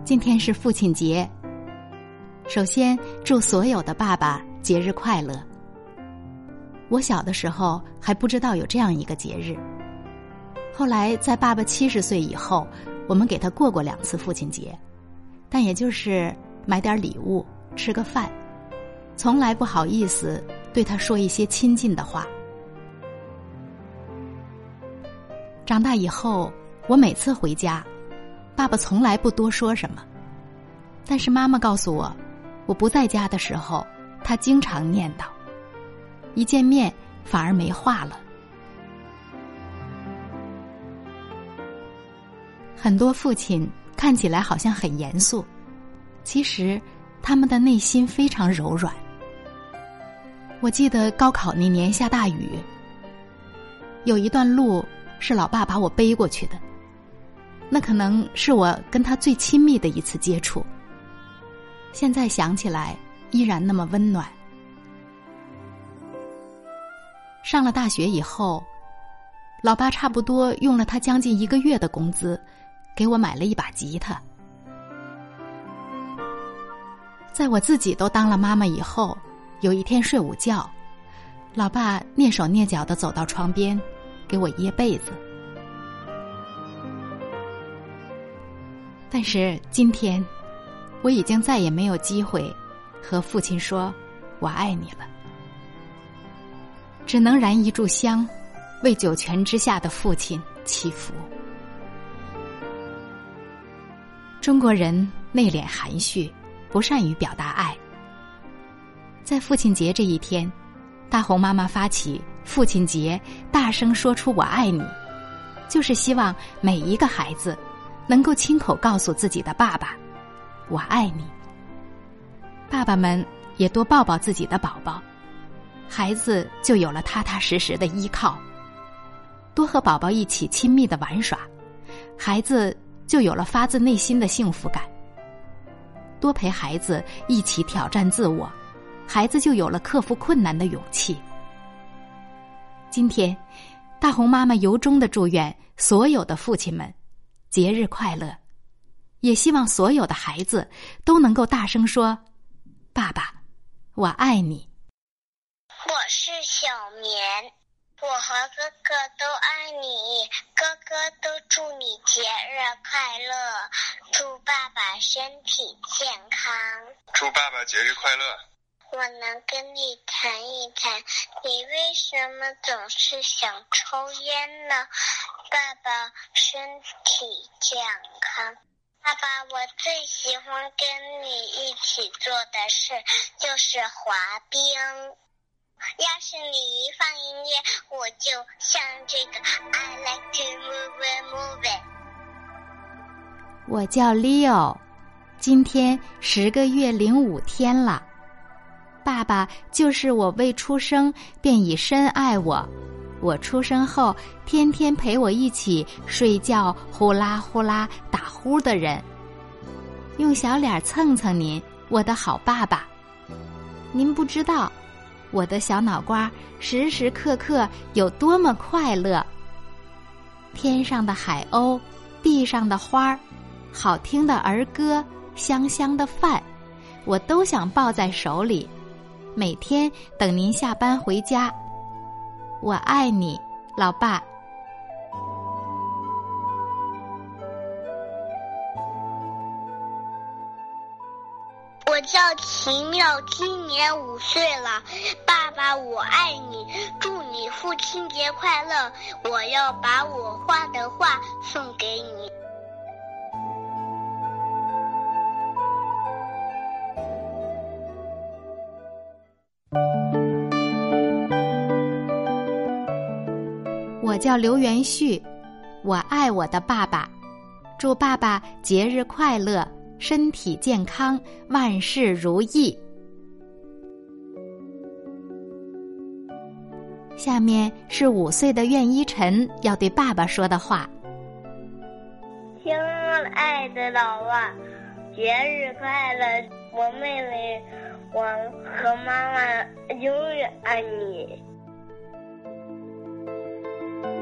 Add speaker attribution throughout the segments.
Speaker 1: 今天是父亲节，首先祝所有的爸爸节日快乐。我小的时候还不知道有这样一个节日，后来在爸爸70岁以后，我们给他过过2次父亲节，但也就是买点礼物，吃个饭，从来不好意思对他说一些亲近的话。长大以后，我每次回家，爸爸从来不多说什么，但是妈妈告诉我，我不在家的时候，他经常念叨，一见面反而没话了。很多父亲看起来好像很严肃，其实他们的内心非常柔软。我记得高考那年下大雨，有一段路是老爸把我背过去的，那可能是我跟他最亲密的一次接触，现在想起来依然那么温暖。上了大学以后，老爸差不多用了他将近1个月的工资，给我买了一把吉他。在我自己都当了妈妈以后，有一天睡午觉，老爸蹑手蹑脚地走到床边，给我掖被子。但是今天，我已经再也没有机会和父亲说我爱你了，只能燃一炷香，为九泉之下的父亲祈福。中国人内敛含蓄，不善于表达爱。在父亲节这一天，大红妈妈发起父亲节大声说出我爱你，就是希望每一个孩子能够亲口告诉自己的爸爸，我爱你。爸爸们也多抱抱自己的宝宝，孩子就有了踏踏实实的依靠。多和宝宝一起亲密的玩耍，孩子就有了发自内心的幸福感。多陪孩子一起挑战自我，孩子就有了克服困难的勇气。今天，大红妈妈由衷地祝愿所有的父亲们节日快乐，也希望所有的孩子都能够大声说，爸爸，我爱你。
Speaker 2: 我是小绵，我和哥哥都爱你，哥哥都祝你节日快乐，祝爸爸身体健康。
Speaker 3: 祝爸爸节日快乐。
Speaker 2: 我能跟你谈一谈，你为什么总是想抽烟呢？爸爸身体健康。爸爸，我最喜欢跟你一起做的事就是滑冰。要是你一放音乐，我就像这个 I like to move it, move it。
Speaker 1: 我叫 Leo， 今天10个月05天了。爸爸就是我未出生便已深爱我，我出生后天天陪我一起睡觉，呼啦呼啦打呼的人，用小脸蹭蹭您，我的好爸爸。您不知道，我的小脑瓜时时刻刻有多么快乐。天上的海鸥，地上的花儿，好听的儿歌，香香的饭，我都想抱在手里，每天等您下班回家。我爱你，老爸。
Speaker 2: 我叫奇妙，今年5岁了。爸爸，我爱你，祝你父亲节快乐。我要把我画的画送给你。
Speaker 1: 我叫刘元旭，我爱我的爸爸，祝爸爸节日快乐，身体健康，万事如意。下面是5岁的苑一晨要对爸爸说的话。
Speaker 2: 亲爱的老爸，节日快乐！我妹妹，我和妈妈永远爱你。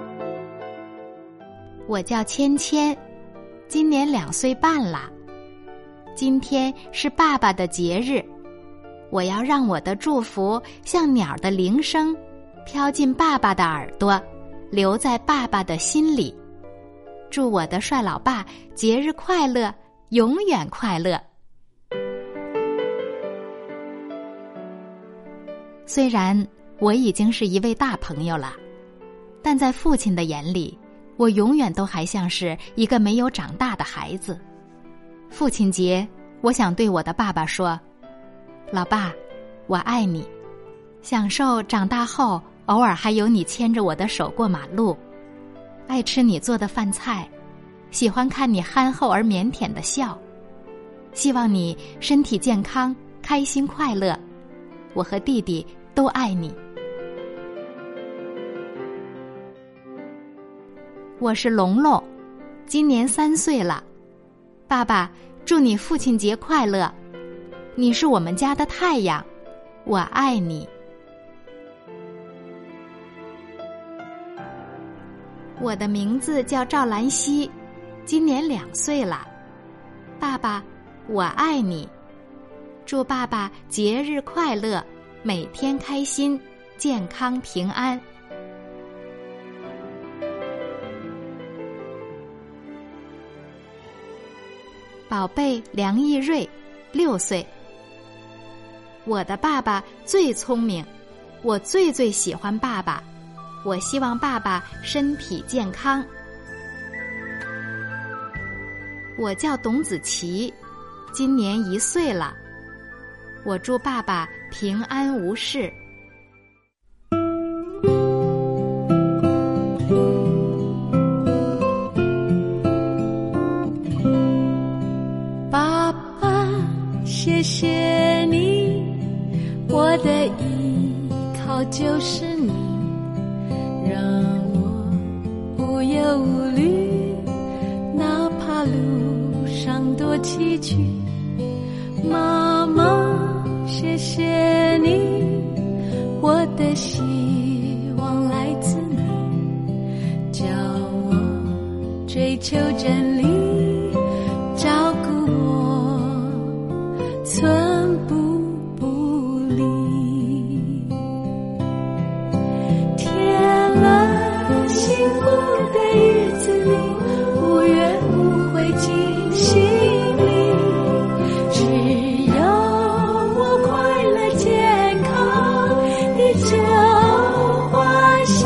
Speaker 1: 我叫芊芊，今年2岁半了。 今天是爸爸的节日，我要让我的祝福像鸟的铃声，飘进爸爸的耳朵，留在爸爸的心里。祝我的帅老爸节日快乐，永远快乐。虽然我已经是一位大朋友了，但在父亲的眼里，我永远都还像是一个没有长大的孩子。父亲节，我想对我的爸爸说，老爸，我爱你，享受长大后偶尔还有你牵着我的手过马路，爱吃你做的饭菜，喜欢看你憨厚而腼腆的笑，希望你身体健康，开心快乐，我和弟弟都爱你。我是龙龙，今年3岁了。爸爸，祝你父亲节快乐！你是我们家的太阳，我爱你。我的名字叫赵兰溪，今年2岁了。爸爸，我爱你。祝爸爸节日快乐，每天开心，健康平安。宝贝梁义瑞，6岁。我的爸爸最聪明，我最喜欢爸爸，我希望爸爸身体健康。我叫董子琪，今年1岁了，我祝爸爸平安无事。
Speaker 4: 谢谢你，我的依靠就是你，让我无忧无虑，哪怕路上多崎岖。妈妈，谢谢你，我的希望来自你，叫我追求真理，照顾我，寸步不离。甜了幸福的日子里，无怨无悔进心里，只要我快乐健康，你就欢喜。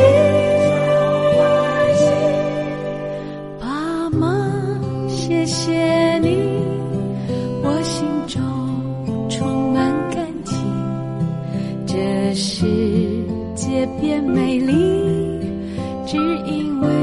Speaker 4: 爸妈，谢谢你，我心中充满感激，这世界变美丽，只因为